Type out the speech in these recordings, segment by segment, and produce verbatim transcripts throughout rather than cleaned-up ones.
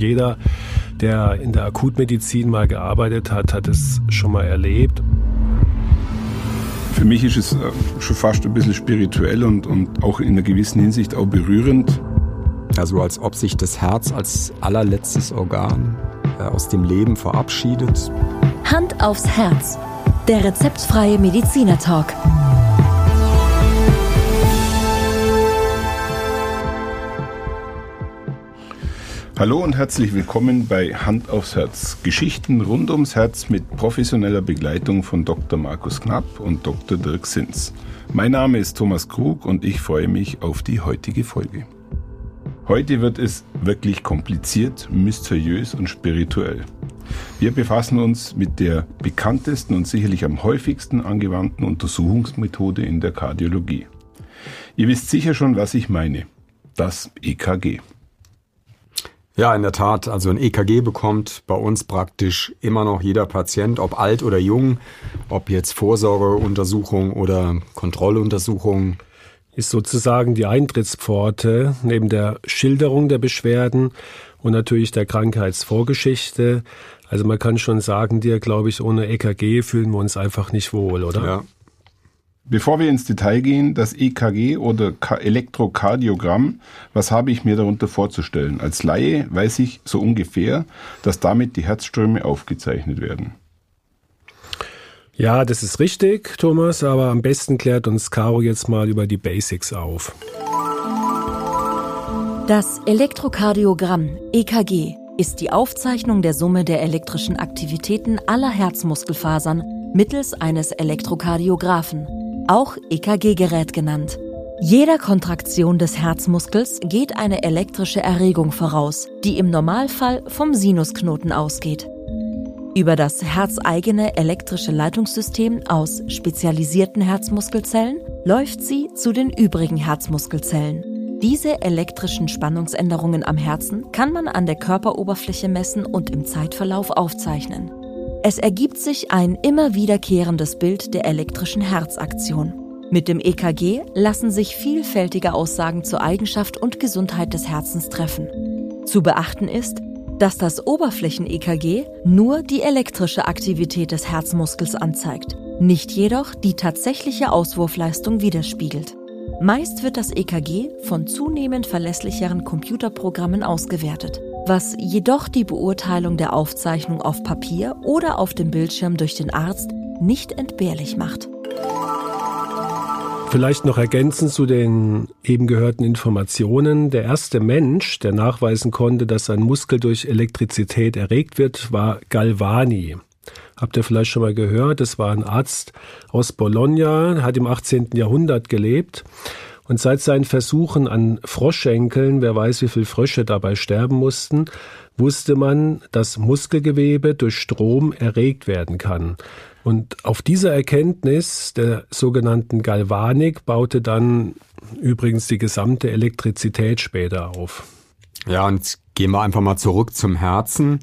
jeder, der in der Akutmedizin mal gearbeitet hat, hat es schon mal erlebt. Für mich ist es schon fast ein bisschen spirituell und, und auch in einer gewissen Hinsicht auch berührend. Also als ob sich das Herz als allerletztes Organ äh, aus dem Leben verabschiedet. Hand aufs Herz. Der rezeptfreie Mediziner-Talk. Hallo und herzlich willkommen bei Hand aufs Herz. Geschichten rund ums Herz mit professioneller Begleitung von Doktor Markus Knapp und Doktor Dirk Sins. Mein Name ist Thomas Krug und ich freue mich auf die heutige Folge. Heute wird es wirklich kompliziert, mysteriös und spirituell. Wir befassen uns mit der bekanntesten und sicherlich am häufigsten angewandten Untersuchungsmethode in der Kardiologie. Ihr wisst sicher schon, was ich meine. Das E K G. Ja, in der Tat. Also ein E K G bekommt bei uns praktisch immer noch jeder Patient, ob alt oder jung, ob jetzt Vorsorgeuntersuchung oder Kontrolluntersuchung. Ist sozusagen die Eintrittspforte neben der Schilderung der Beschwerden und natürlich der Krankheitsvorgeschichte. Also man kann schon sagen, dir, glaube ich, ohne E K G fühlen wir uns einfach nicht wohl, oder? Ja. Bevor wir ins Detail gehen, das E K G oder Elektrokardiogramm, was habe ich mir darunter vorzustellen? Als Laie weiß ich so ungefähr, dass damit die Herzströme aufgezeichnet werden. Ja, das ist richtig, Thomas, aber am besten klärt uns Caro jetzt mal über die Basics auf. Das Elektrokardiogramm, E K G, ist die Aufzeichnung der Summe der elektrischen Aktivitäten aller Herzmuskelfasern mittels eines Elektrokardiographen, auch E K G-Gerät genannt. Jeder Kontraktion des Herzmuskels geht eine elektrische Erregung voraus, die im Normalfall vom Sinusknoten ausgeht. Über das herzeigene elektrische Leitungssystem aus spezialisierten Herzmuskelzellen läuft sie zu den übrigen Herzmuskelzellen. Diese elektrischen Spannungsänderungen am Herzen kann man an der Körperoberfläche messen und im Zeitverlauf aufzeichnen. Es ergibt sich ein immer wiederkehrendes Bild der elektrischen Herzaktion. Mit dem E K G lassen sich vielfältige Aussagen zur Eigenschaft und Gesundheit des Herzens treffen. Zu beachten ist, dass das Oberflächen-E K G nur die elektrische Aktivität des Herzmuskels anzeigt, nicht jedoch die tatsächliche Auswurfleistung widerspiegelt. Meist wird das E K G von zunehmend verlässlicheren Computerprogrammen ausgewertet, was jedoch die Beurteilung der Aufzeichnung auf Papier oder auf dem Bildschirm durch den Arzt nicht entbehrlich macht. Vielleicht noch ergänzend zu den eben gehörten Informationen. Der erste Mensch, der nachweisen konnte, dass ein Muskel durch Elektrizität erregt wird, war Galvani. Habt ihr vielleicht schon mal gehört? Das war ein Arzt aus Bologna, hat im achtzehnten Jahrhundert gelebt. Und seit seinen Versuchen an Froschschenkeln, wer weiß, wie viele Frösche dabei sterben mussten, wusste man, dass Muskelgewebe durch Strom erregt werden kann. Und auf dieser Erkenntnis der sogenannten Galvanik baute dann übrigens die gesamte Elektrizität später auf. Ja, und jetzt gehen wir einfach mal zurück zum Herzen.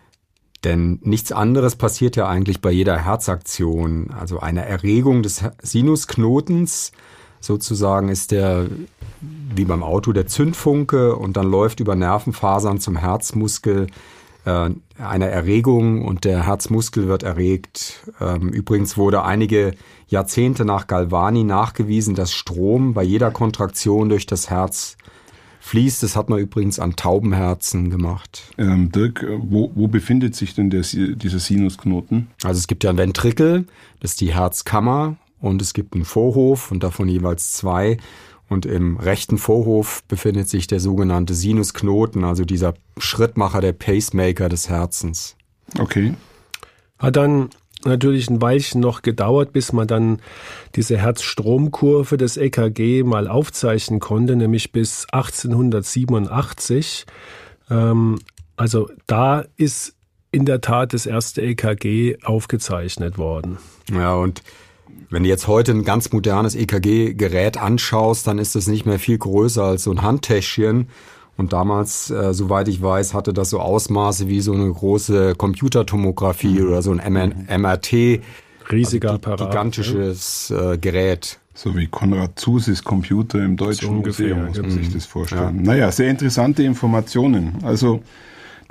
Denn nichts anderes passiert ja eigentlich bei jeder Herzaktion. Also eine Erregung des Sinusknotens sozusagen ist der, wie beim Auto, der Zündfunke und dann läuft über Nervenfasern zum Herzmuskel äh, eine Erregung und der Herzmuskel wird erregt. Ähm, übrigens wurde einige Jahrzehnte nach Galvani nachgewiesen, dass Strom bei jeder Kontraktion durch das Herz fließt. Das hat man übrigens an Taubenherzen gemacht. Ähm, Dirk, wo, wo befindet sich denn der, dieser Sinusknoten? Also es gibt ja ein Ventrikel, das ist die Herzkammer und es gibt einen Vorhof und davon jeweils zwei. Und im rechten Vorhof befindet sich der sogenannte Sinusknoten, also dieser Schrittmacher, der Pacemaker des Herzens. Okay. Hat dann natürlich ein Weilchen noch gedauert, bis man dann diese Herzstromkurve des E K G mal aufzeichnen konnte, nämlich bis achtzehnhundertsiebenundachtzig. Ähm, also da ist in der Tat das erste E K G aufgezeichnet worden. Ja, und wenn du jetzt heute ein ganz modernes E K G-Gerät anschaust, dann ist das nicht mehr viel größer als so ein Handtäschchen. Und damals, äh, soweit ich weiß, hatte das so Ausmaße wie so eine große Computertomographie mhm. oder so ein M R T. Riesiger also Apparat. Gigantisches äh, Gerät. So wie Konrad Zuses Computer im Deutschen so ungefähr, Museum, muss man ja. sich das vorstellen. Ja. Naja, sehr interessante Informationen. Also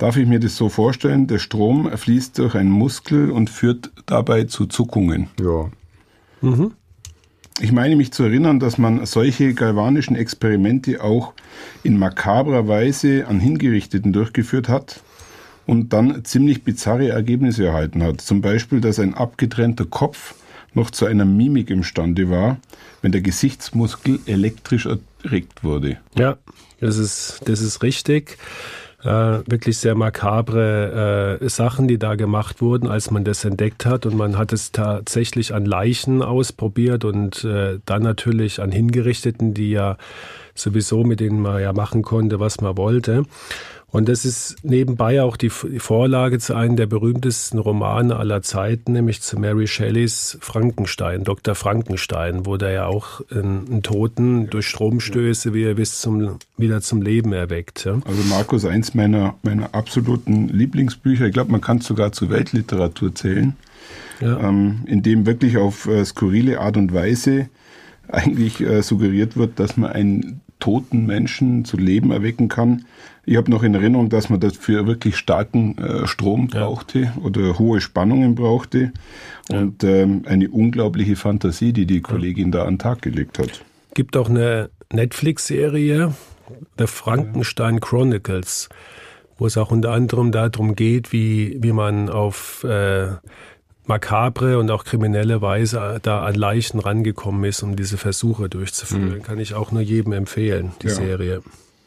Darf ich mir das so vorstellen, der Strom fließt durch einen Muskel und führt dabei zu Zuckungen? Ja. Mhm. Ich meine mich zu erinnern, dass man solche galvanischen Experimente auch in makabrer Weise an Hingerichteten durchgeführt hat und dann ziemlich bizarre Ergebnisse erhalten hat. Zum Beispiel, dass ein abgetrennter Kopf noch zu einer Mimik imstande war, wenn der Gesichtsmuskel elektrisch erregt wurde. Ja, das ist, das ist richtig. Äh, wirklich sehr makabre äh, Sachen, die da gemacht wurden, als man das entdeckt hat. Und man hat es tatsächlich an Leichen ausprobiert und äh, dann natürlich an Hingerichteten, die ja sowieso, mit denen man ja machen konnte, was man wollte. Und das ist nebenbei auch die Vorlage zu einem der berühmtesten Romane aller Zeiten, nämlich zu Mary Shelleys Frankenstein, Doktor Frankenstein, wo der ja auch einen, einen Toten durch Stromstöße, wie ihr wisst, zum, wieder zum Leben erweckt. Ja. Also Markus, eins meiner, meiner absoluten Lieblingsbücher, ich glaube, man kann es sogar zur Weltliteratur zählen, ja. ähm, in dem wirklich auf äh, skurrile Art und Weise eigentlich äh, suggeriert wird, dass man einen toten Menschen zu Leben erwecken kann. Ich habe noch in Erinnerung, dass man dafür wirklich starken äh, Strom brauchte ja. oder hohe Spannungen brauchte und ja. ähm, eine unglaubliche Fantasie, die die Kollegin ja. da an den Tag gelegt hat. Gibt auch eine Netflix-Serie, The Frankenstein Chronicles, wo es auch unter anderem darum geht, wie, wie man auf äh, makabre und auch kriminelle Weise da an Leichen rangekommen ist, um diese Versuche durchzuführen. Mhm. Kann ich auch nur jedem empfehlen, die ja. Serie.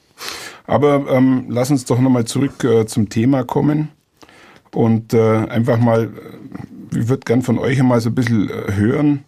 Aber ähm, lass uns doch nochmal zurück äh, zum Thema kommen und äh, einfach mal, ich würde gern von euch einmal so ein bisschen äh, hören,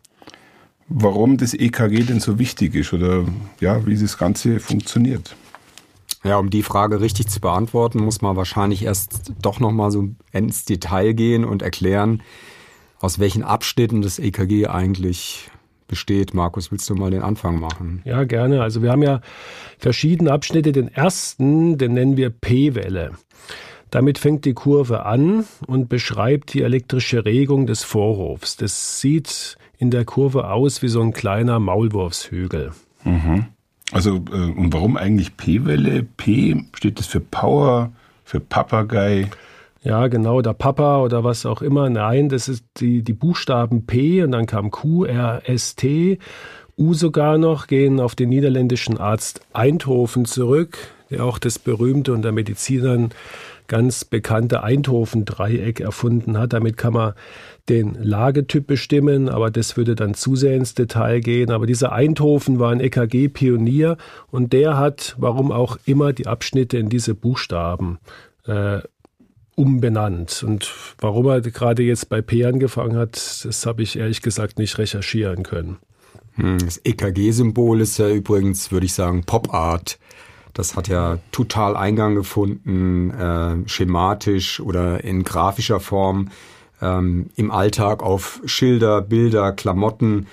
warum das E K G denn so wichtig ist oder ja, wie das Ganze funktioniert. Ja, um die Frage richtig zu beantworten, muss man wahrscheinlich erst doch nochmal so ins Detail gehen und erklären, aus welchen Abschnitten das E K G eigentlich besteht. Markus, willst du mal den Anfang machen? Ja, gerne. Also wir haben ja verschiedene Abschnitte. Den ersten, den nennen wir P-Welle. Damit fängt die Kurve an und beschreibt die elektrische Regung des Vorhofs. Das sieht in der Kurve aus wie so ein kleiner Maulwurfshügel. Mhm. Also, äh, und warum eigentlich P-Welle? P, steht das für Power, für Papagei? Ja, genau, der Papa oder was auch immer. Nein, das ist die, die Buchstaben P und dann kam Q, R, S, T. U sogar noch, gehen auf den niederländischen Arzt Einthoven zurück, der auch das berühmte unter Medizinern ganz bekannte Einthoven-Dreieck erfunden hat. Damit kann man den Lagetyp bestimmen, aber das würde dann zu sehr ins Detail gehen. Aber dieser Einthoven war ein E K G-Pionier und der hat, warum auch immer, die Abschnitte in diese Buchstaben äh, umbenannt. Und warum er gerade jetzt bei P angefangen hat, das habe ich ehrlich gesagt nicht recherchieren können. Das E K G-Symbol ist ja übrigens, würde ich sagen, Pop-Art. Das hat ja total Eingang gefunden, äh, schematisch oder in grafischer Form, ähm, im Alltag auf Schilder, Bilder, Klamotten.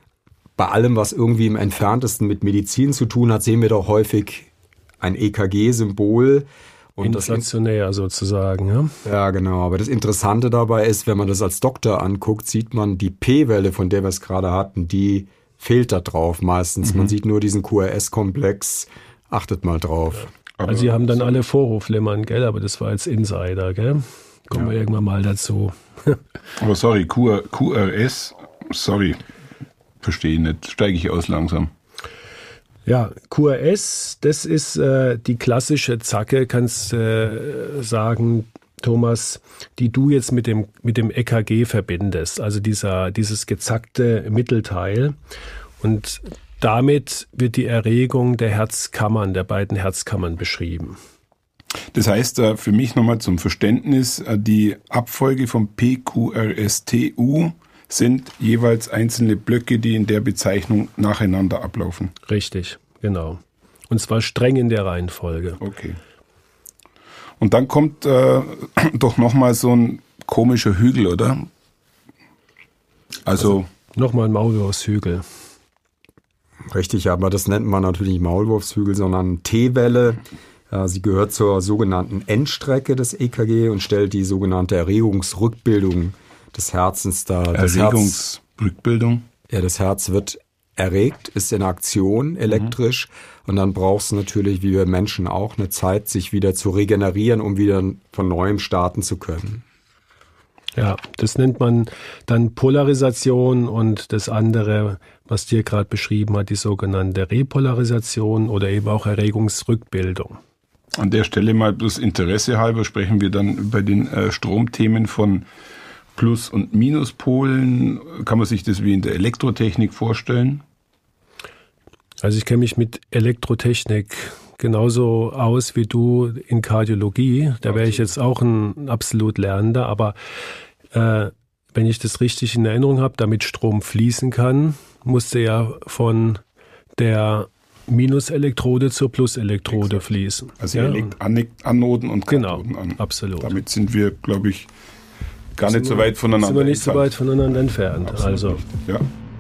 Bei allem, was irgendwie im Entferntesten mit Medizin zu tun hat, sehen wir doch häufig ein E K G-Symbol. Und inflationär das, sozusagen, ja? Ja, genau. Aber das Interessante dabei ist, wenn man das als Doktor anguckt, sieht man die P-Welle, von der wir es gerade hatten, die fehlt da drauf meistens. Mhm. Man sieht nur diesen Q R S-Komplex. Achtet mal drauf. Ja. Also sie haben dann alle Vorhofflimmern, gell? Aber das war jetzt Insider, gell? Kommen ja. wir irgendwann mal dazu. Aber sorry, Q R S, sorry, verstehe ich nicht. Steige ich aus langsam. Ja, Q R S, das ist äh, die klassische Zacke, kannst äh, sagen, Thomas, die du jetzt mit dem, mit dem E K G verbindest. Also dieser, dieses gezackte Mittelteil. Und damit wird die Erregung der Herzkammern, der beiden Herzkammern beschrieben. Das heißt, für mich nochmal zum Verständnis, die Abfolge von P, Q, R, S, T, U sind jeweils einzelne Blöcke, die in der Bezeichnung nacheinander ablaufen. Richtig, genau. Und zwar streng in der Reihenfolge. Okay. Und dann kommt äh, doch nochmal so ein komischer Hügel, oder? Also, also nochmal ein Maulwurfshügel. Richtig, aber das nennt man natürlich nicht Maulwurfshügel, sondern T-Welle. Sie gehört zur sogenannten Endstrecke des E K G und stellt die sogenannte Erregungsrückbildung des Herzens dar. Erregungsrückbildung? Ja, das Herz wird erregt, ist in Aktion elektrisch. Mhm. Und dann brauchst du natürlich, wie wir Menschen auch, eine Zeit, sich wieder zu regenerieren, um wieder von Neuem starten zu können. Ja, das nennt man dann Polarisation, und das andere, was dir gerade beschrieben hat, die sogenannte Repolarisation oder eben auch Erregungsrückbildung. An der Stelle mal bloß Interesse halber sprechen wir dann über den äh, Stromthemen von Plus- und Minuspolen. Kann man sich das wie in der Elektrotechnik vorstellen? Also ich kenne mich mit Elektrotechnik genauso aus wie du in Kardiologie. Da wäre ich jetzt auch ein absolut Lernender, aber äh, wenn ich das richtig in Erinnerung habe, damit Strom fließen kann, musste ja von der Minuselektrode zur Pluselektrode Exakt. fließen. Also ja. er legt An- Anoden und Kathoden genau, an. Absolut. Damit sind wir, glaube ich, gar nicht so weit voneinander entfernt. Sind wir nicht entfernt. so weit voneinander entfernt. Absolut. Also. Ja.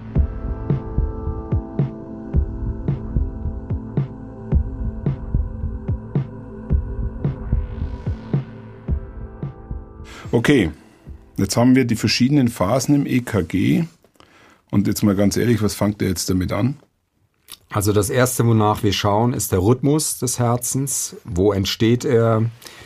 Okay, jetzt haben wir die verschiedenen Phasen im E K G. Und jetzt mal ganz ehrlich, was fängt ihr jetzt damit an? Also das Erste, wonach wir schauen, ist der Rhythmus des Herzens. Wo entsteht er?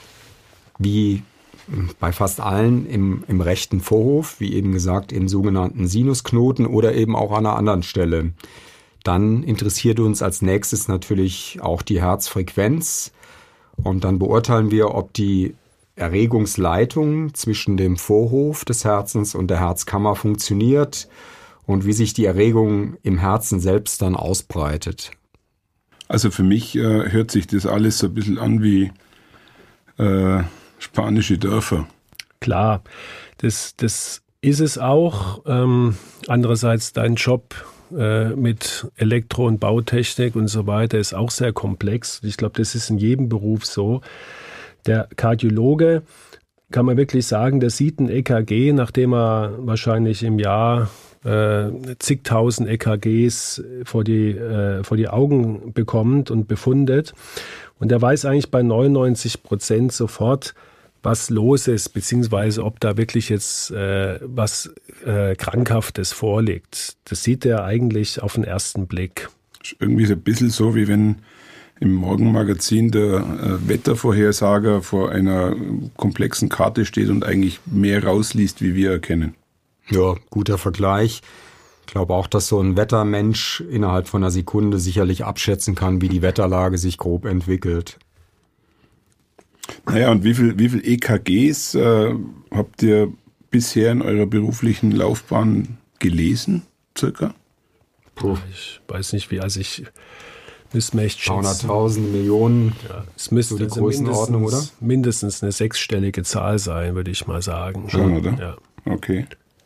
Wie bei fast allen im, im rechten Vorhof, wie eben gesagt, im sogenannten Sinusknoten oder eben auch an einer anderen Stelle. Dann interessiert uns als nächstes natürlich auch die Herzfrequenz. Und dann beurteilen wir, ob die Erregungsleitung zwischen dem Vorhof des Herzens und der Herzkammer funktioniert und wie sich die Erregung im Herzen selbst dann ausbreitet. Also für mich äh, hört sich das alles so ein bisschen an wie äh, spanische Dörfer. Klar, das, das ist es auch. Ähm, andererseits dein Job äh, mit Elektro- und Bautechnik und so weiter ist auch sehr komplex. Ich glaube, das ist in jedem Beruf so. Der Kardiologe, kann man wirklich sagen, der sieht ein E K G, nachdem er wahrscheinlich im Jahr äh, zigtausend E K Gs vor die, äh, vor die Augen bekommt und befundet. Und er weiß eigentlich bei neunundneunzig Prozent sofort, was los ist, beziehungsweise ob da wirklich jetzt äh, was äh, Krankhaftes vorliegt. Das sieht er eigentlich auf den ersten Blick. Irgendwie so ein bisschen so, wie wenn im Morgenmagazin der äh, Wettervorhersager vor einer komplexen Karte steht und eigentlich mehr rausliest, wie wir erkennen. Ja, guter Vergleich. Ich glaube auch, dass so ein Wettermensch innerhalb von einer Sekunde sicherlich abschätzen kann, wie die Wetterlage sich grob entwickelt. Naja, und wie viel, wie viel E K Gs äh, habt ihr bisher in eurer beruflichen Laufbahn gelesen, circa? Puh. Ich weiß nicht, wie, also ich müsste mir echt schätzen. zweihunderttausend Millionen, ja, es müsste so die also Größenordnung, oder? Mindestens eine sechsstellige Zahl sein, würde ich mal sagen. Schon, oder? Ja. Okay.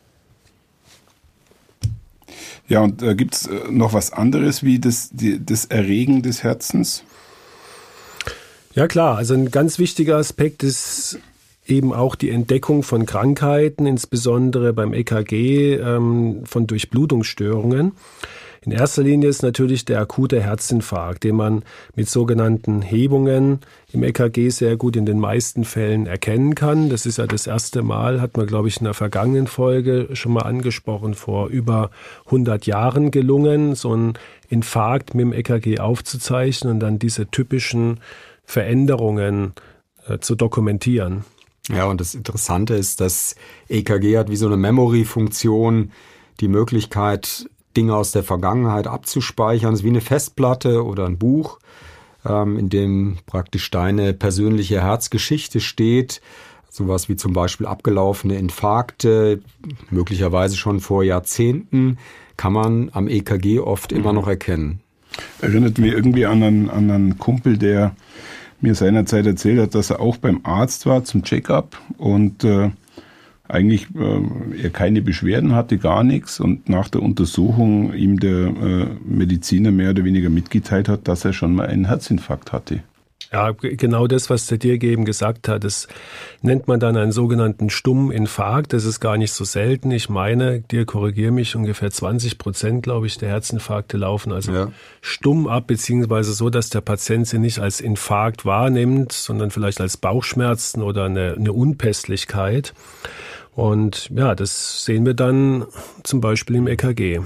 Ja, und äh, gibt es äh, noch was anderes wie das, die, das Erregen des Herzens? Ja klar, also ein ganz wichtiger Aspekt ist eben auch die Entdeckung von Krankheiten, insbesondere beim E K G ähm, von Durchblutungsstörungen. In erster Linie ist natürlich der akute Herzinfarkt, den man mit sogenannten Hebungen im E K G sehr gut in den meisten Fällen erkennen kann. Das ist ja das erste Mal, hat man, glaube ich, in der vergangenen Folge schon mal angesprochen, vor über hundert Jahren gelungen, so einen Infarkt mit dem E K G aufzuzeichnen und dann diese typischen Veränderungen äh, zu dokumentieren. Ja, und das Interessante ist, dass E K G hat wie so eine Memory-Funktion die Möglichkeit, Dinge aus der Vergangenheit abzuspeichern. Das ist wie eine Festplatte oder ein Buch, ähm, in dem praktisch deine persönliche Herzgeschichte steht. Sowas wie zum Beispiel abgelaufene Infarkte, möglicherweise schon vor Jahrzehnten, kann man am E K G oft immer noch erkennen. Erinnert mich irgendwie an einen, an einen Kumpel, der mir seinerzeit erzählt hat, dass er auch beim Arzt war zum Check-up und äh, eigentlich äh, er keine Beschwerden hatte, gar nichts, und nach der Untersuchung ihm der äh, Mediziner mehr oder weniger mitgeteilt hat, dass er schon mal einen Herzinfarkt hatte. Ja, genau das, was der Dirk eben gesagt hat, das nennt man dann einen sogenannten stummen Infarkt. Das ist gar nicht so selten. Ich meine, Dirk, korrigiere mich, ungefähr zwanzig Prozent, glaube ich, der Herzinfarkte laufen also ja. stumm ab, beziehungsweise so, dass der Patient sie nicht als Infarkt wahrnimmt, sondern vielleicht als Bauchschmerzen oder eine, eine Unpässlichkeit. Und ja, das sehen wir dann zum Beispiel im E K G.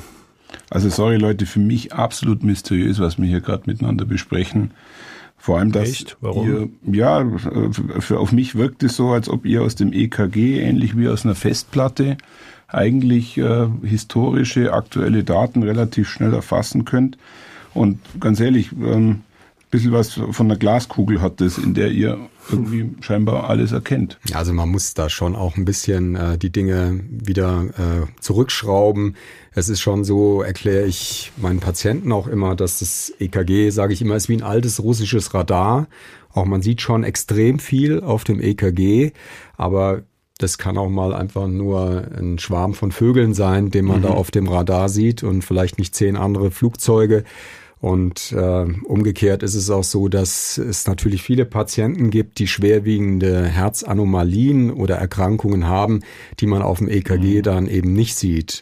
Also sorry Leute, für mich absolut mysteriös, was wir hier gerade miteinander besprechen. Vor allem, dass Echt? Warum? ihr, ja, für, auf mich wirkt es so, als ob ihr aus dem E K G, ähnlich wie aus einer Festplatte, eigentlich äh, historische, aktuelle Daten relativ schnell erfassen könnt. Und ganz ehrlich, ähm, ein bisschen was von einer Glaskugel hat das, in der ihr irgendwie scheinbar alles erkennt. Also man muss da schon auch ein bisschen äh, die Dinge wieder äh, zurückschrauben. Es ist schon so, erkläre ich meinen Patienten auch immer, dass das E K G, sage ich immer, ist wie ein altes russisches Radar. Auch man sieht schon extrem viel auf dem E K G, aber das kann auch mal einfach nur ein Schwarm von Vögeln sein, den man mhm. da auf dem Radar sieht und vielleicht nicht zehn andere Flugzeuge. Und äh, umgekehrt ist es auch so, dass es natürlich viele Patienten gibt, die schwerwiegende Herzanomalien oder Erkrankungen haben, die man auf dem E K G mhm. dann eben nicht sieht.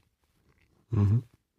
Mhm.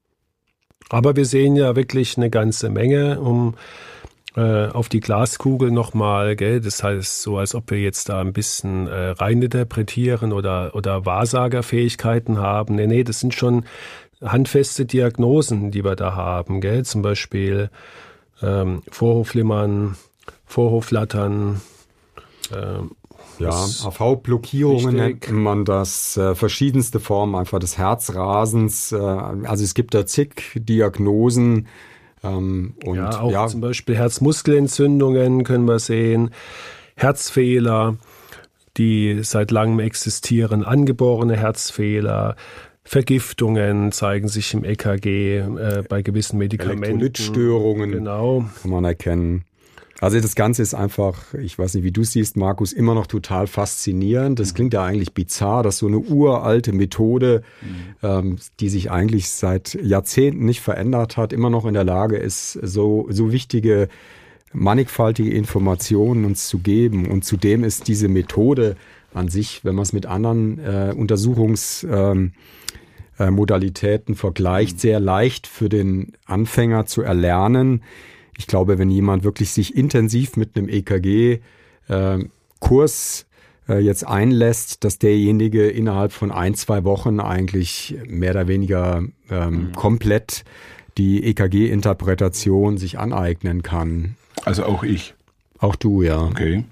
Aber wir sehen ja wirklich eine ganze Menge, um äh, auf die Glaskugel nochmal, gell? Das heißt so, als ob wir jetzt da ein bisschen äh, reininterpretieren oder, oder Wahrsagerfähigkeiten haben. Nee, nee, das sind schon handfeste Diagnosen, die wir da haben, gell? Zum Beispiel ähm, Vorhofflimmern, Vorhofflattern. Ähm, ja, A V-Blockierungen nennt man das, äh, verschiedenste Formen einfach des Herzrasens. Äh, also es gibt da zig Diagnosen. Ähm, und ja, auch ja, zum Beispiel Herzmuskelentzündungen können wir sehen, Herzfehler, die seit langem existieren, angeborene Herzfehler. Vergiftungen zeigen sich im E K G äh, bei gewissen Medikamenten. Elektrolytstörungen genau. kann man erkennen. Also das Ganze ist einfach, ich weiß nicht, wie du siehst, Markus, immer noch total faszinierend. Das klingt ja eigentlich bizarr, dass so eine uralte Methode, mhm. ähm, die sich eigentlich seit Jahrzehnten nicht verändert hat, immer noch in der Lage ist, so, so wichtige, mannigfaltige Informationen uns zu geben. Und zudem ist diese Methode an sich, wenn man es mit anderen äh, Untersuchungs ähm, äh, Modalitäten vergleicht, sehr leicht für den Anfänger zu erlernen. Ich glaube, wenn jemand wirklich sich intensiv mit einem E K G-Kurs äh, äh, jetzt einlässt, dass derjenige innerhalb von ein, zwei Wochen eigentlich mehr oder weniger ähm, mhm. komplett die E K G-Interpretation sich aneignen kann. Also auch ich. Auch du, ja. Okay.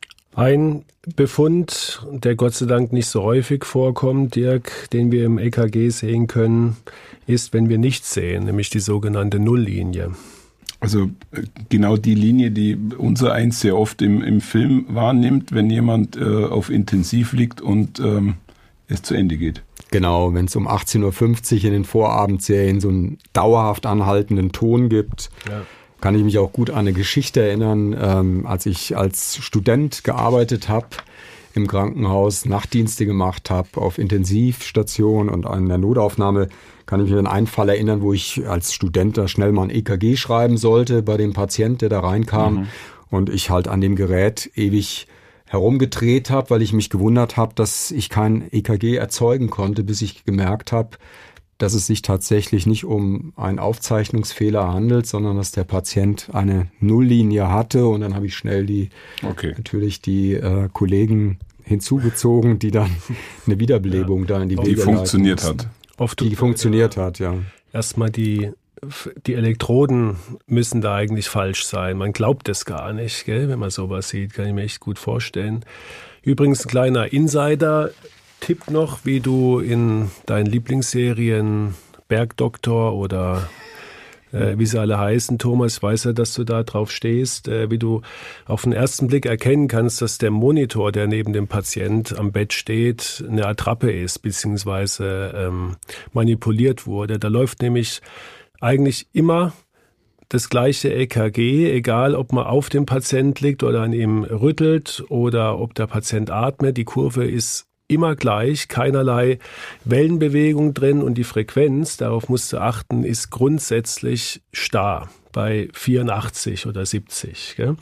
Ein Befund, der Gott sei Dank nicht so häufig vorkommt, Dirk, den wir im E K G sehen können, ist, wenn wir nichts sehen, nämlich die sogenannte Nulllinie. Also genau die Linie, die unser eins sehr oft im, im Film wahrnimmt, wenn jemand äh, auf Intensiv liegt und ähm, es zu Ende geht. Genau, wenn es um achtzehn Uhr fünfzig in den Vorabendserien so einen dauerhaft anhaltenden Ton gibt. Ja. Kann ich mich auch gut an eine Geschichte erinnern, ähm, als ich als Student gearbeitet habe, im Krankenhaus Nachtdienste gemacht habe, auf Intensivstation und an der Notaufnahme, kann ich mich an einen Fall erinnern, wo ich als Student da schnell mal ein E K G schreiben sollte bei dem Patient, der da reinkam. Mhm. Und ich halt an dem Gerät ewig herumgedreht habe, weil ich mich gewundert habe, dass ich kein E K G erzeugen konnte, bis ich gemerkt habe, dass es sich tatsächlich nicht um einen Aufzeichnungsfehler handelt, sondern dass der Patient eine Nulllinie hatte. Und dann habe ich schnell die okay. natürlich die äh, Kollegen hinzugezogen, die dann eine Wiederbelebung ja. da in die Wege Die funktioniert hat. Oft die funktioniert hat, ja. Erstmal die, die Elektroden müssen da eigentlich falsch sein. Man glaubt es gar nicht, gell? Wenn man sowas sieht, kann ich mir echt gut vorstellen. Übrigens ein kleiner Insider. Tipp noch, wie du in deinen Lieblingsserien Bergdoktor oder äh, wie sie alle heißen, Thomas, ich weiß ja, dass du da drauf stehst, äh, wie du auf den ersten Blick erkennen kannst, dass der Monitor, der neben dem Patient am Bett steht, eine Attrappe ist, beziehungsweise ähm, manipuliert wurde. Da läuft nämlich eigentlich immer das gleiche E K G, egal ob man auf dem Patient liegt oder an ihm rüttelt oder ob der Patient atmet. Die Kurve ist immer gleich, keinerlei Wellenbewegung drin und die Frequenz, darauf musst du achten, ist grundsätzlich starr bei vierundachtzig oder siebzig. Gell?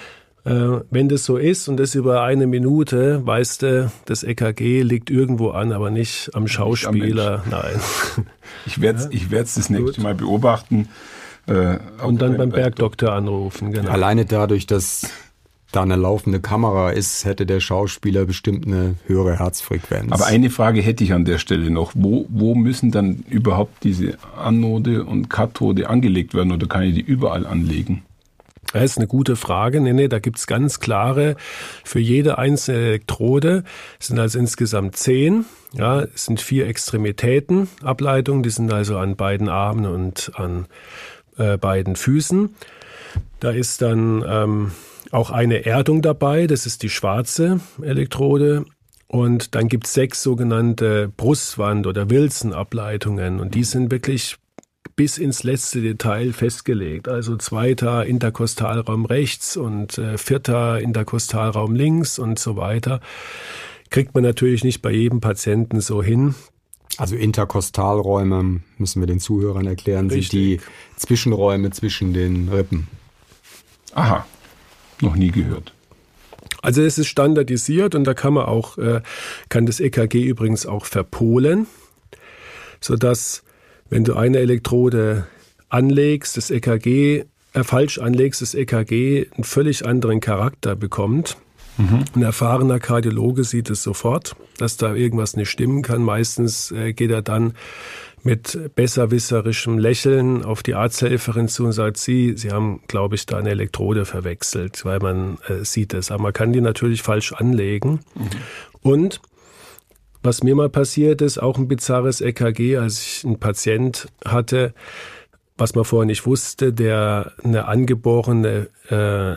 Äh, wenn das so ist und das über eine Minute, weißt du, das E K G liegt irgendwo an, aber nicht am Schauspieler. Nicht am Nein. Ich werde es ja? ich werd's das nächste Gut. Mal beobachten. Äh, und dann beim Bergdoktor anrufen. Genau. Alleine dadurch, dass da eine laufende Kamera ist, hätte der Schauspieler bestimmt eine höhere Herzfrequenz. Aber eine Frage hätte ich an der Stelle noch. Wo, wo müssen dann überhaupt diese Anode und Kathode angelegt werden oder kann ich die überall anlegen? Das ist eine gute Frage. Nee, nee, da gibt's ganz klare, für jede einzelne Elektrode, es sind also insgesamt zehn, ja, es sind vier Extremitäten, Ableitungen, die sind also an beiden Armen und an äh, beiden Füßen. Da ist dann ähm, auch eine Erdung dabei, das ist die schwarze Elektrode. Und dann gibt es sechs sogenannte Brustwand- oder Wilson-Ableitungen. Und die sind wirklich bis ins letzte Detail festgelegt. Also zweiter Interkostalraum rechts und äh, vierter Interkostalraum links und so weiter. Kriegt man natürlich nicht bei jedem Patienten so hin. Also Interkostalräume, müssen wir den Zuhörern erklären, Richtig. sind die Zwischenräume zwischen den Rippen. Aha, noch nie gehört. Also es ist standardisiert und da kann man auch, äh, kann das E K G übrigens auch verpolen, sodass, wenn du eine Elektrode anlegst, das E K G, äh, falsch anlegst, das E K G einen völlig anderen Charakter bekommt. Mhm. Ein erfahrener Kardiologe sieht es sofort, dass da irgendwas nicht stimmen kann. Meistens äh, geht er dann mit besserwisserischem Lächeln auf die Arzthelferin zu und sagt, Sie, Sie haben, glaube ich, da eine Elektrode verwechselt, weil man äh, sieht es. Aber man kann die natürlich falsch anlegen. Mhm. Und was mir mal passiert ist, auch ein bizarres E K G, als ich einen Patient hatte, was man vorher nicht wusste, der eine angeborene, äh,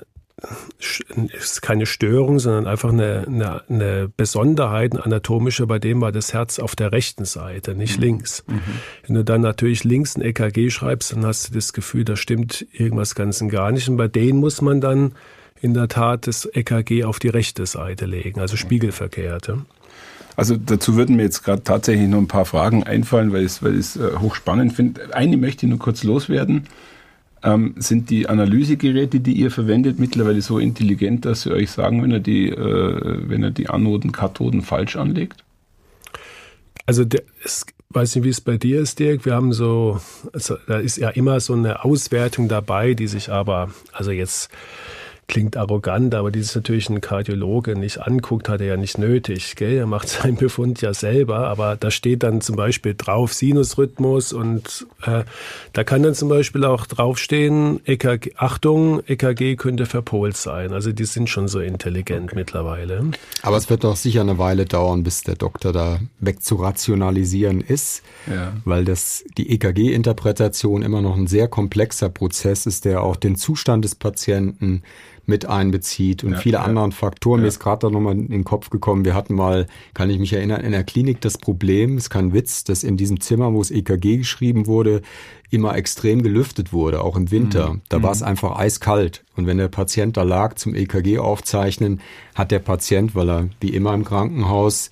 ist keine Störung, sondern einfach eine, eine, eine Besonderheit, eine anatomische, bei dem war das Herz auf der rechten Seite, nicht mhm. links. Mhm. Wenn du dann natürlich links ein E K G schreibst, dann hast du das Gefühl, da stimmt irgendwas ganz und gar nicht. Und bei denen muss man dann in der Tat das E K G auf die rechte Seite legen, also spiegelverkehrt. Ja. Also dazu würden mir jetzt gerade tatsächlich noch ein paar Fragen einfallen, weil ich es weil ich's, äh, hochspannend finde. Eine möchte ich nur kurz loswerden. Ähm, sind die Analysegeräte, die ihr verwendet, mittlerweile so intelligent, dass sie euch sagen, wenn er die, äh, wenn er die Anoden, Kathoden falsch anlegt? Also der, es, weiß nicht, wie es bei dir ist, Dirk. Wir haben so, also da ist ja immer so eine Auswertung dabei, die sich aber, also jetzt klingt arrogant, aber die sich natürlich ein Kardiologe nicht anguckt, hat er ja nicht nötig, gell? Er macht seinen Befund ja selber, aber da steht dann zum Beispiel drauf Sinusrhythmus und äh, da kann dann zum Beispiel auch draufstehen, E K G, Achtung, E K G könnte verpolt sein. Also die sind schon so intelligent okay. mittlerweile. Aber es wird doch sicher eine Weile dauern, bis der Doktor da wegzurationalisieren ist, ja. weil das die E K G-Interpretation immer noch ein sehr komplexer Prozess ist, der auch den Zustand des Patienten mit einbezieht und ja, viele ja. anderen Faktoren. Ja. Mir ist gerade da nochmal in den Kopf gekommen, wir hatten mal, kann ich mich erinnern, in der Klinik das Problem, ist kein Witz, dass in diesem Zimmer, wo das E K G geschrieben wurde, immer extrem gelüftet wurde, auch im Winter. Mhm. Da war es einfach eiskalt. Und wenn der Patient da lag zum E K G aufzeichnen, hat der Patient, weil er wie immer im Krankenhaus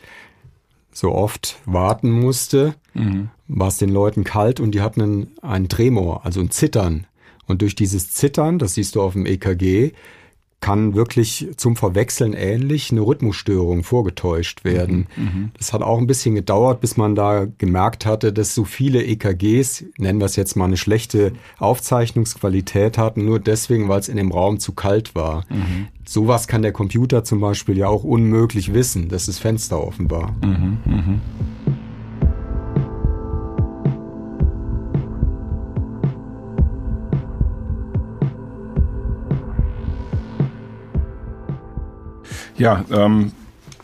so oft warten musste, mhm. war es den Leuten kalt und die hatten einen, einen Tremor, also ein Zittern. Und durch dieses Zittern, das siehst du auf dem E K G, kann wirklich zum Verwechseln ähnlich eine Rhythmusstörung vorgetäuscht werden. Mhm, das hat auch ein bisschen gedauert, bis man da gemerkt hatte, dass so viele E K Gs, nennen wir es jetzt mal, eine schlechte Aufzeichnungsqualität hatten, nur deswegen, weil es in dem Raum zu kalt war. Mhm. Sowas kann der Computer zum Beispiel ja auch unmöglich wissen. Das ist Fenster offenbar. Mhm, mh. Ja, ähm,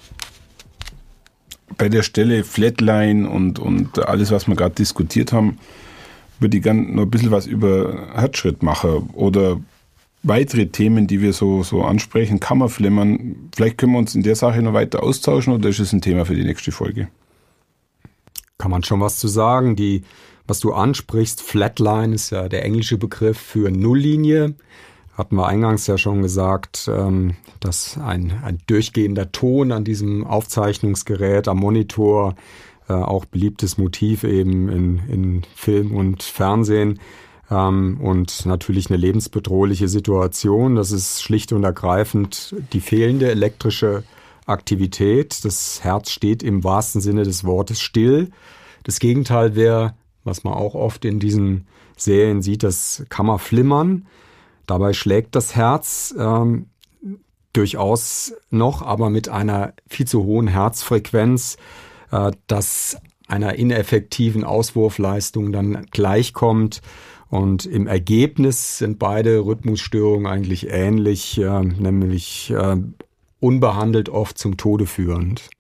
bei der Stelle Flatline und, und alles, was wir gerade diskutiert haben, würde ich gerne noch ein bisschen was über Herzschrittmacher oder weitere Themen, die wir so, so ansprechen, Kammerflimmern. Vielleicht können wir uns in der Sache noch weiter austauschen oder ist es ein Thema für die nächste Folge? Kann man schon was zu sagen. Die, was du ansprichst, Flatline ist ja der englische Begriff für Nulllinie. Hatten wir eingangs ja schon gesagt, dass ein, ein durchgehender Ton an diesem Aufzeichnungsgerät am Monitor, auch beliebtes Motiv eben in, in Film und Fernsehen und natürlich eine lebensbedrohliche Situation. Das ist schlicht und ergreifend die fehlende elektrische Aktivität. Das Herz steht im wahrsten Sinne des Wortes still. Das Gegenteil wäre, was man auch oft in diesen Serien sieht, das Kammerflimmern. Dabei schlägt das Herz ähm, durchaus noch, aber mit einer viel zu hohen Herzfrequenz, äh, dass einer ineffektiven Auswurfleistung dann gleichkommt. Und im Ergebnis sind beide Rhythmusstörungen eigentlich ähnlich, äh, nämlich äh, unbehandelt oft zum Tode führend.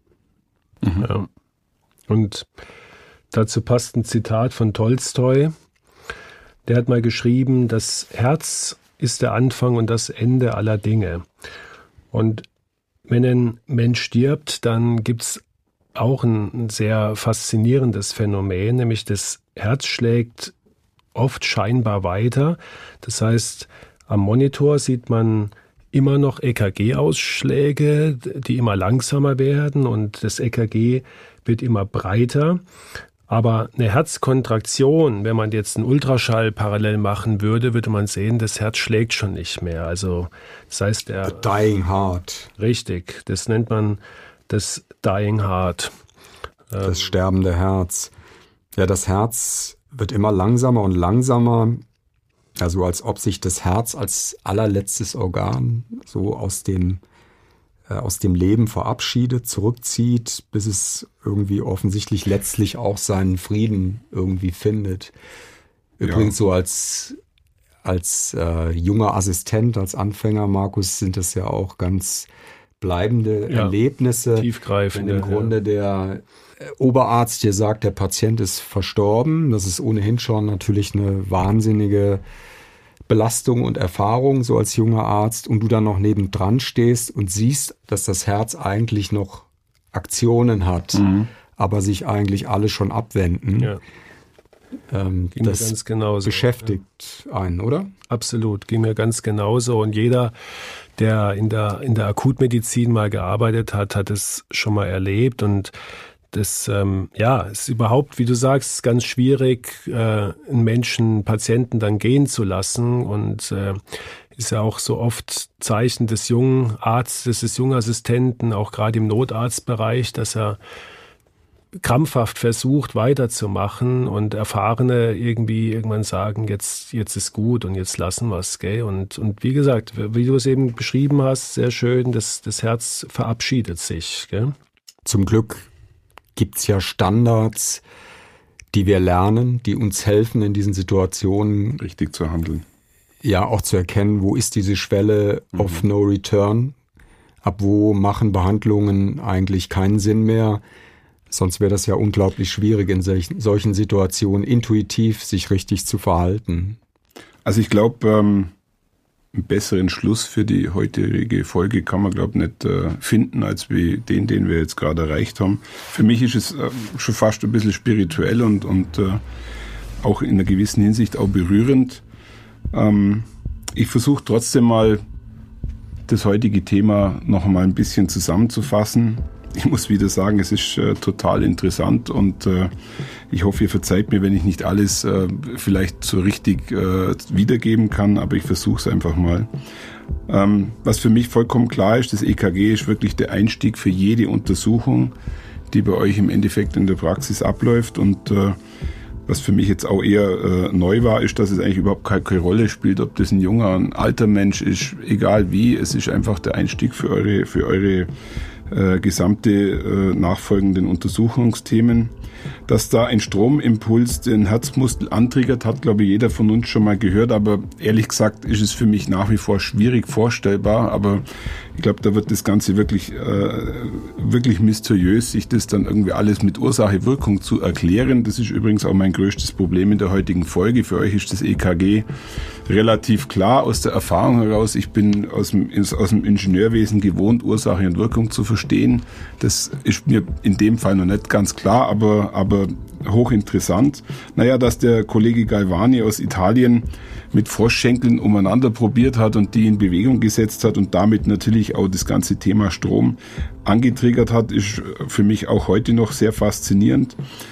Mhm. Ja. Und dazu passt ein Zitat von Tolstoi. Der hat mal geschrieben, das Herz ist der Anfang und das Ende aller Dinge. Und wenn ein Mensch stirbt, dann gibt es auch ein sehr faszinierendes Phänomen, nämlich das Herz schlägt oft scheinbar weiter. Das heißt, am Monitor sieht man immer noch E K G-Ausschläge, die immer langsamer werden und das E K G wird immer breiter. Aber eine Herzkontraktion, wenn man jetzt einen Ultraschall parallel machen würde, würde man sehen, das Herz schlägt schon nicht mehr. Also das heißt, der The dying heart. Richtig, das nennt man das Dying Heart. Das sterbende Herz. Ja, das Herz wird immer langsamer und langsamer. Also als ob sich das Herz als allerletztes Organ so aus dem, äh, aus dem Leben verabschiedet, zurückzieht, bis es irgendwie offensichtlich letztlich auch seinen Frieden irgendwie findet. Übrigens ja. so als, als äh, junger Assistent, als Anfänger, Markus, sind das ja auch ganz bleibende ja, Erlebnisse. Tiefgreifende. Wenn im Grunde ja. der Oberarzt dir sagt, der Patient ist verstorben. Das ist ohnehin schon natürlich eine wahnsinnige Belastung und Erfahrung, so als junger Arzt. Und du dann noch nebendran stehst und siehst, dass das Herz eigentlich noch Aktionen hat, mhm. aber sich eigentlich alle schon abwenden. Ja. Ähm, ging das mir ganz genauso. Beschäftigt ja. einen, oder? Absolut, ging mir ganz genauso. Und jeder, der in der, in der Akutmedizin mal gearbeitet hat, hat es schon mal erlebt. Und das, ähm, ja, ist überhaupt, wie du sagst, ganz schwierig, äh, einen Menschen, einen Patienten dann gehen zu lassen. Und äh, ist ja auch so oft Zeichen des jungen Arztes, des jungen Assistenten, auch gerade im Notarztbereich, dass er krampfhaft versucht, weiterzumachen und Erfahrene irgendwie irgendwann sagen, jetzt, jetzt ist gut und jetzt lassen wir es, gell? Und, und wie gesagt, wie du es eben beschrieben hast, sehr schön, das, das Herz verabschiedet sich, gell? Zum Glück gibt's ja Standards, die wir lernen, die uns helfen, in diesen Situationen richtig zu handeln. Ja, auch zu erkennen, wo ist diese Schwelle mhm. of no return, ab wo machen Behandlungen eigentlich keinen Sinn mehr. Sonst wäre das ja unglaublich schwierig, in solchen, solchen Situationen intuitiv sich richtig zu verhalten. Also ich glaube, ähm, einen besseren Schluss für die heutige Folge kann man, glaube ich, nicht äh, finden, als wie den, den wir jetzt gerade erreicht haben. Für mich ist es äh, schon fast ein bisschen spirituell und, und äh, auch in einer gewissen Hinsicht auch berührend. Ähm, ich versuche trotzdem mal, das heutige Thema noch mal ein bisschen zusammenzufassen. Ich muss wieder sagen, es ist äh, total interessant und äh, ich hoffe, ihr verzeiht mir, wenn ich nicht alles äh, vielleicht so richtig äh, wiedergeben kann, aber ich versuche es einfach mal. Ähm, was für mich vollkommen klar ist, das E K G ist wirklich der Einstieg für jede Untersuchung, die bei euch im Endeffekt in der Praxis abläuft und äh, was für mich jetzt auch eher äh, neu war, ist, dass es eigentlich überhaupt keine, keine Rolle spielt, ob das ein junger, ein alter Mensch ist, egal wie, es ist einfach der Einstieg für eure, für eure Äh, gesamte äh, nachfolgenden Untersuchungsthemen. Dass da ein Stromimpuls den Herzmuskel antriggert, hat, glaube ich, jeder von uns schon mal gehört, aber ehrlich gesagt ist es für mich nach wie vor schwierig vorstellbar, aber ich glaube, da wird das Ganze wirklich, äh, wirklich mysteriös, sich das dann irgendwie alles mit Ursache-Wirkung zu erklären. Das ist übrigens auch mein größtes Problem in der heutigen Folge. Für euch ist das E K G relativ klar aus der Erfahrung heraus. Ich bin aus dem, aus dem Ingenieurwesen gewohnt, Ursache und Wirkung zu verstehen. Das ist mir in dem Fall noch nicht ganz klar, aber, aber hochinteressant. Naja, dass der Kollege Galvani aus Italien mit Froschschenkeln umeinander probiert hat und die in Bewegung gesetzt hat und damit natürlich auch das ganze Thema Strom angetriggert hat, ist für mich auch heute noch sehr faszinierend.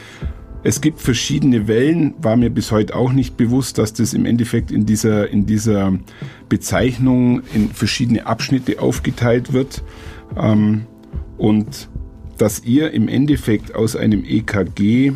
Es gibt verschiedene Wellen, war mir bis heute auch nicht bewusst, dass das im Endeffekt in dieser, in dieser Bezeichnung in verschiedene Abschnitte aufgeteilt wird. Ähm, und dass ihr im Endeffekt aus einem E K G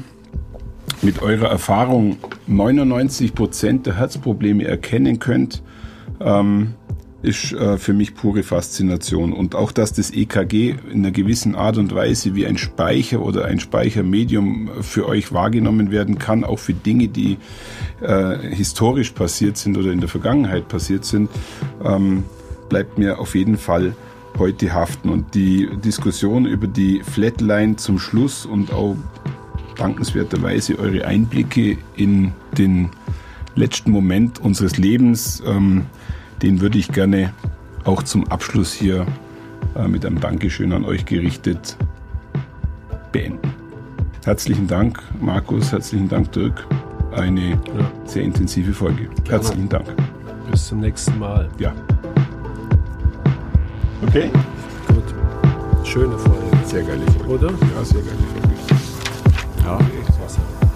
mit eurer Erfahrung neunundneunzig Prozent der Herzprobleme erkennen könnt, ähm, ist äh, für mich pure Faszination. Und auch, dass das E K G in einer gewissen Art und Weise wie ein Speicher oder ein Speichermedium für euch wahrgenommen werden kann, auch für Dinge, die äh, historisch passiert sind oder in der Vergangenheit passiert sind, ähm, bleibt mir auf jeden Fall heute haften. Und die Diskussion über die Flatline zum Schluss und auch dankenswerterweise eure Einblicke in den letzten Moment unseres Lebens, ähm, den würde ich gerne auch zum Abschluss hier äh, mit einem Dankeschön an euch gerichtet beenden. Herzlichen Dank, Markus, herzlichen Dank, Dirk. Eine ja. sehr intensive Folge. Gerne. Herzlichen Dank. Bis zum nächsten Mal. Ja. Okay. Gut. Schöne Folge. Sehr geile Folge. Oder? Ja, sehr geile Folge. Ja, echt Wasser.